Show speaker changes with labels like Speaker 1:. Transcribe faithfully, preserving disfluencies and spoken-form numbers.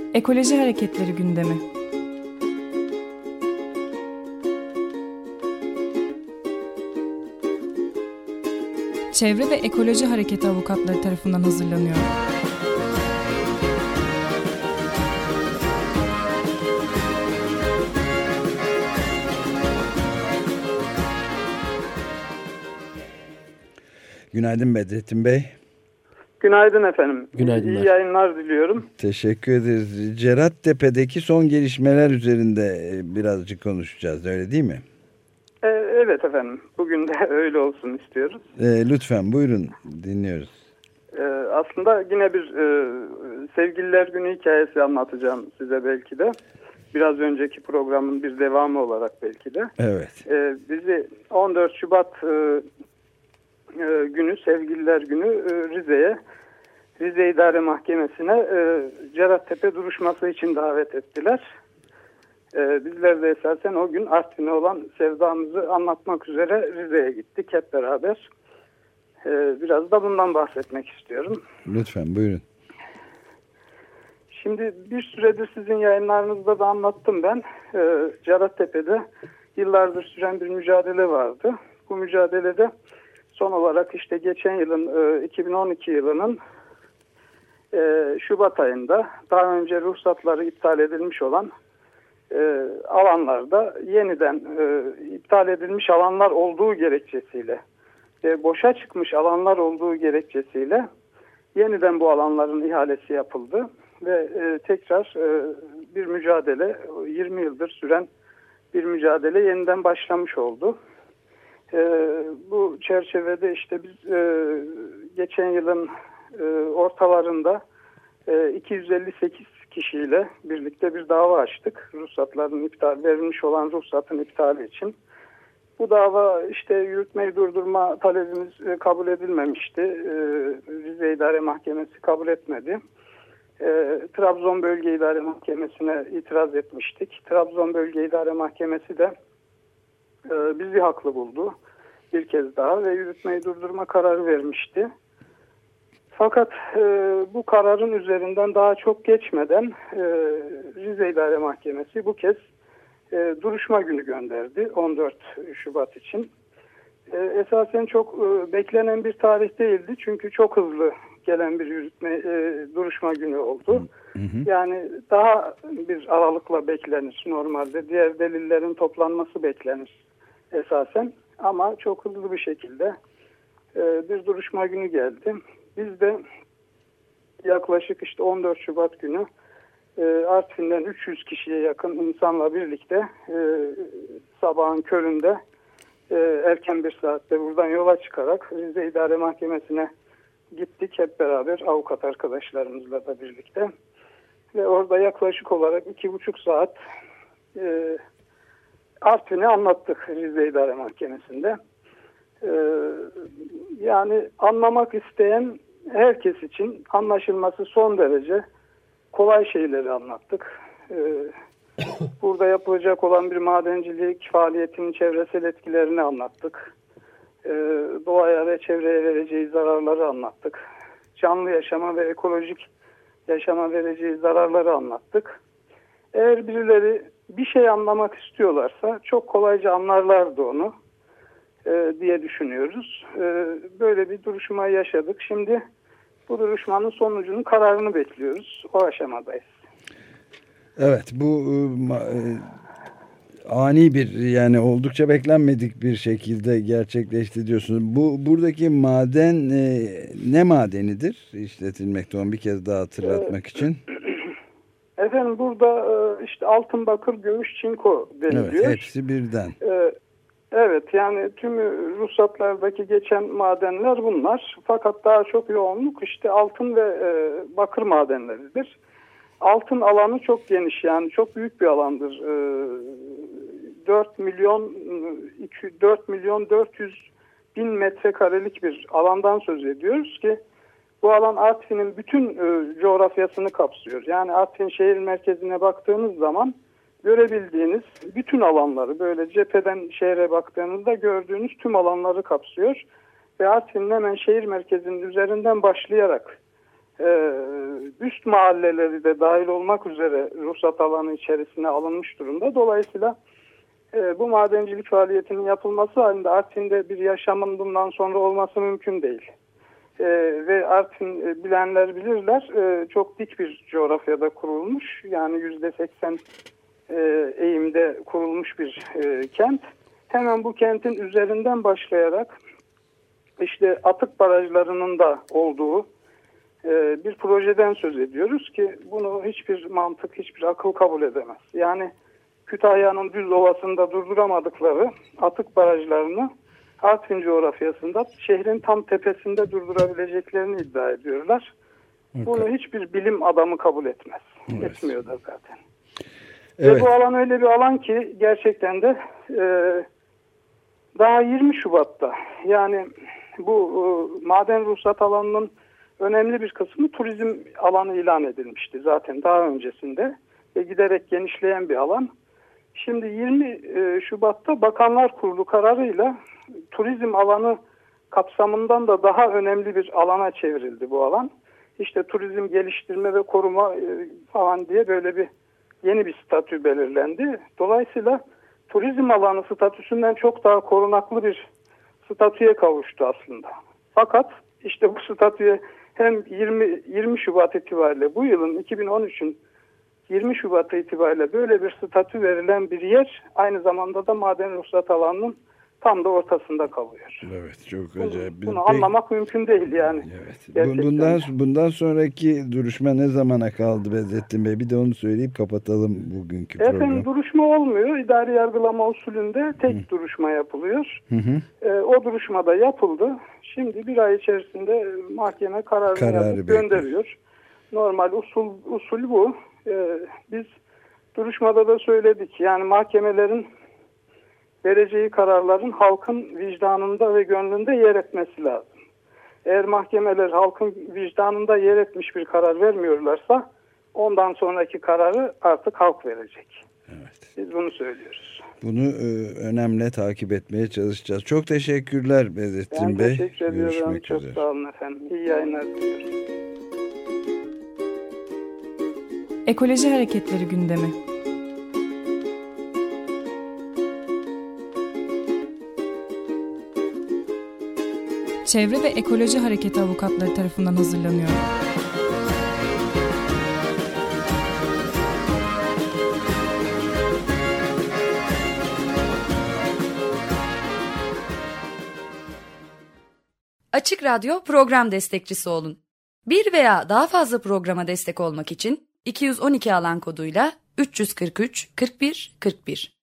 Speaker 1: Ekoloji hareketleri gündemi. Çevre ve Ekoloji Hareketi avukatları tarafından hazırlanıyor.
Speaker 2: Günaydın Bedrettin Bey.
Speaker 3: Günaydın efendim.
Speaker 2: Günaydınlar.
Speaker 3: İyi yayınlar diliyorum.
Speaker 2: Teşekkür ederiz. Cerattepe'deki son gelişmeler üzerinde birazcık konuşacağız, öyle değil mi?
Speaker 3: Ee, evet efendim. Bugün de öyle olsun istiyoruz.
Speaker 2: Ee, lütfen buyurun, dinliyoruz.
Speaker 3: Ee, aslında yine bir e, Sevgililer Günü hikayesi anlatacağım size belki de. Biraz önceki programın bir devamı olarak belki de.
Speaker 2: Evet.
Speaker 3: Ee, bizi on dört Şubat e, e, günü, Sevgililer Günü e, Rize'ye, Rize İdare Mahkemesi'ne e, Cerattepe duruşması için davet ettiler. E, bizler de esasen o gün Artvin'e olan sevdamızı anlatmak üzere Rize'ye gittik hep beraber. E, biraz da bundan bahsetmek istiyorum.
Speaker 2: Lütfen buyurun.
Speaker 3: Şimdi bir süredir sizin yayınlarınızda da anlattım ben. E, Cerattepe'de yıllardır süren bir mücadele vardı. Bu mücadelede son olarak işte geçen yılın e, iki bin on iki yılının e, Şubat ayında daha önce ruhsatları iptal edilmiş olan e, alanlarda yeniden e, iptal edilmiş alanlar olduğu gerekçesiyle ve boşa çıkmış alanlar olduğu gerekçesiyle yeniden bu alanların ihalesi yapıldı ve e, tekrar e, bir mücadele, yirmi yıldır süren bir mücadele yeniden başlamış oldu. E, bu çerçevede işte biz e, geçen yılın e, ortalarında e, iki yüz elli sekiz kişiyle birlikte bir dava açtık. Ruhsatların iptal, verilmiş olan ruhsatın iptali için. Bu dava işte yürütmeyi durdurma talebimiz e, kabul edilmemişti. E, Rize İdare Mahkemesi kabul etmedi. E, Trabzon Bölge İdare Mahkemesi'ne itiraz etmiştik. Trabzon Bölge İdare Mahkemesi de e, bizi haklı buldu bir kez daha ve yürütmeyi durdurma kararı vermişti. Fakat e, bu kararın üzerinden daha çok geçmeden e, Rize İdare Mahkemesi bu kez e, duruşma günü gönderdi on dört Şubat için. E, esasen çok e, beklenen bir tarih değildi çünkü çok hızlı gelen bir yürütme e, duruşma günü oldu. Hı hı. Yani daha bir aralıkla beklenir normalde. Diğer delillerin toplanması beklenir esasen ama çok hızlı bir şekilde e, bir duruşma günü geldi. Biz de yaklaşık işte on dört Şubat günü e, Artvin'den üç yüz kişiye yakın insanla birlikte e, sabahın köründe e, erken bir saatte buradan yola çıkarak Rize İdare Mahkemesi'ne gittik hep beraber avukat arkadaşlarımızla da birlikte. Ve orada yaklaşık olarak iki buçuk saat e, Artvin'i anlattık Rize İdare Mahkemesi'nde. E, yani anlamak isteyen herkes için anlaşılması son derece kolay şeyleri anlattık. Ee, burada yapılacak olan bir madencilik faaliyetinin çevresel etkilerini anlattık. Ee, doğaya ve çevreye vereceği zararları anlattık. Canlı yaşama ve ekolojik yaşama vereceği zararları anlattık. Eğer birileri bir şey anlamak istiyorlarsa çok kolayca anlarlardı onu e, diye düşünüyoruz. E, böyle bir duruşmayı yaşadık. Şimdi bu duruşmanın sonucunun kararını bekliyoruz. O aşamadayız.
Speaker 2: Evet, bu e, ani bir yani oldukça beklenmedik bir şekilde gerçekleşti diyorsunuz. Bu buradaki maden e, ne madenidir işletilmekte, onu bir kez daha hatırlatmak ee, için?
Speaker 3: Efendim burada e, işte altın, bakır, gümüş, çinko deniliyor.
Speaker 2: Evet, hepsi birden.
Speaker 3: Ee, Evet yani tüm ruhsatlardaki geçen madenler bunlar. Fakat daha çok yoğunluk işte altın ve e, bakır madenleridir. Altın alanı çok geniş yani çok büyük bir alandır. E, dört milyon dört milyon dört yüz bin metrekarelik bir alandan söz ediyoruz ki bu alan Artvin'in bütün e, coğrafyasını kapsıyor. Yani Artvin şehir merkezine baktığınız zaman görebildiğiniz bütün alanları böyle cepheden şehre baktığınızda gördüğünüz tüm alanları kapsıyor. Ve Artvin'in hemen şehir merkezinin üzerinden başlayarak e, üst mahalleleri de dahil olmak üzere ruhsat alanı içerisine alınmış durumda. Dolayısıyla e, bu madencilik faaliyetinin yapılması halinde Artvin'de bir yaşamın bundan sonra olması mümkün değil. E, ve Artvin e, bilenler bilirler e, çok dik bir coğrafyada kurulmuş. Yani yüzde seksen e, eğimde kurulmuş bir e, kent. Hemen bu kentin üzerinden başlayarak işte atık barajlarının da olduğu e, bir projeden söz ediyoruz ki bunu hiçbir mantık, hiçbir akıl kabul edemez. Yani Kütahya'nın düz ovasında durduramadıkları atık barajlarını Artvin coğrafyasında şehrin tam tepesinde durdurabileceklerini iddia ediyorlar. Okay. Bunu hiçbir bilim adamı kabul etmez. Evet. Etmiyor da zaten. Evet. Ve bu alan öyle bir alan ki gerçekten de e, daha yirmi Şubat'ta yani bu e, maden ruhsat alanının önemli bir kısmı turizm alanı ilan edilmişti zaten daha öncesinde ve giderek genişleyen bir alan. Şimdi yirmi Şubat'ta Bakanlar Kurulu kararıyla turizm alanı kapsamından da daha önemli bir alana çevrildi bu alan. İşte turizm geliştirme ve koruma falan diye böyle bir yeni bir statü belirlendi. Dolayısıyla turizm alanı statüsünden çok daha korunaklı bir statüye kavuştu aslında. Fakat işte bu statüye hem yirmi, yirmi Şubat itibariyle bu yılın iki bin on üçün yirmi Şubat itibariyle böyle bir statü verilen bir yer aynı zamanda da maden ruhsat alanının tam da ortasında kalıyor.
Speaker 2: Evet, çok acayip.
Speaker 3: Bunu, bunu anlamak mümkün değil yani.
Speaker 2: Evet. Bundan bundan sonraki duruşma ne zamana kaldı Bedrettin Bey? Bir de onu söyleyip kapatalım bugünkü programı.
Speaker 3: Efendim duruşma olmuyor. İdari yargılama usulünde tek hı. duruşma yapılıyor. Hı hı. E, o duruşma da yapıldı. Şimdi bir ay içerisinde mahkeme kararını Kararı yapıp gönderiyor. Normal usul usul bu. Ee, biz duruşmada da söyledik. Yani mahkemelerin vereceği kararların halkın vicdanında ve gönlünde yer etmesi lazım. Eğer mahkemeler halkın vicdanında yer etmiş bir karar vermiyorlarsa ondan sonraki kararı artık halk verecek. Evet. Biz bunu söylüyoruz.
Speaker 2: Bunu e, önemli takip etmeye çalışacağız. Çok teşekkürler Bedrettin
Speaker 3: ben
Speaker 2: Bey.
Speaker 3: Ben teşekkür ediyorum.
Speaker 2: Görüşmek
Speaker 3: Çok
Speaker 2: üzere.
Speaker 3: sağ olun efendim. İyi yayınlar diliyorum.
Speaker 1: Ekoloji Hareketleri gündemi. Çevre ve Ekoloji Hareketi avukatları tarafından hazırlanıyor.
Speaker 4: Açık Radyo program destekçisi olun. Bir veya daha fazla programa destek olmak için iki yüz on iki alan koduyla üç yüz kırk üç kırk bir kırk bir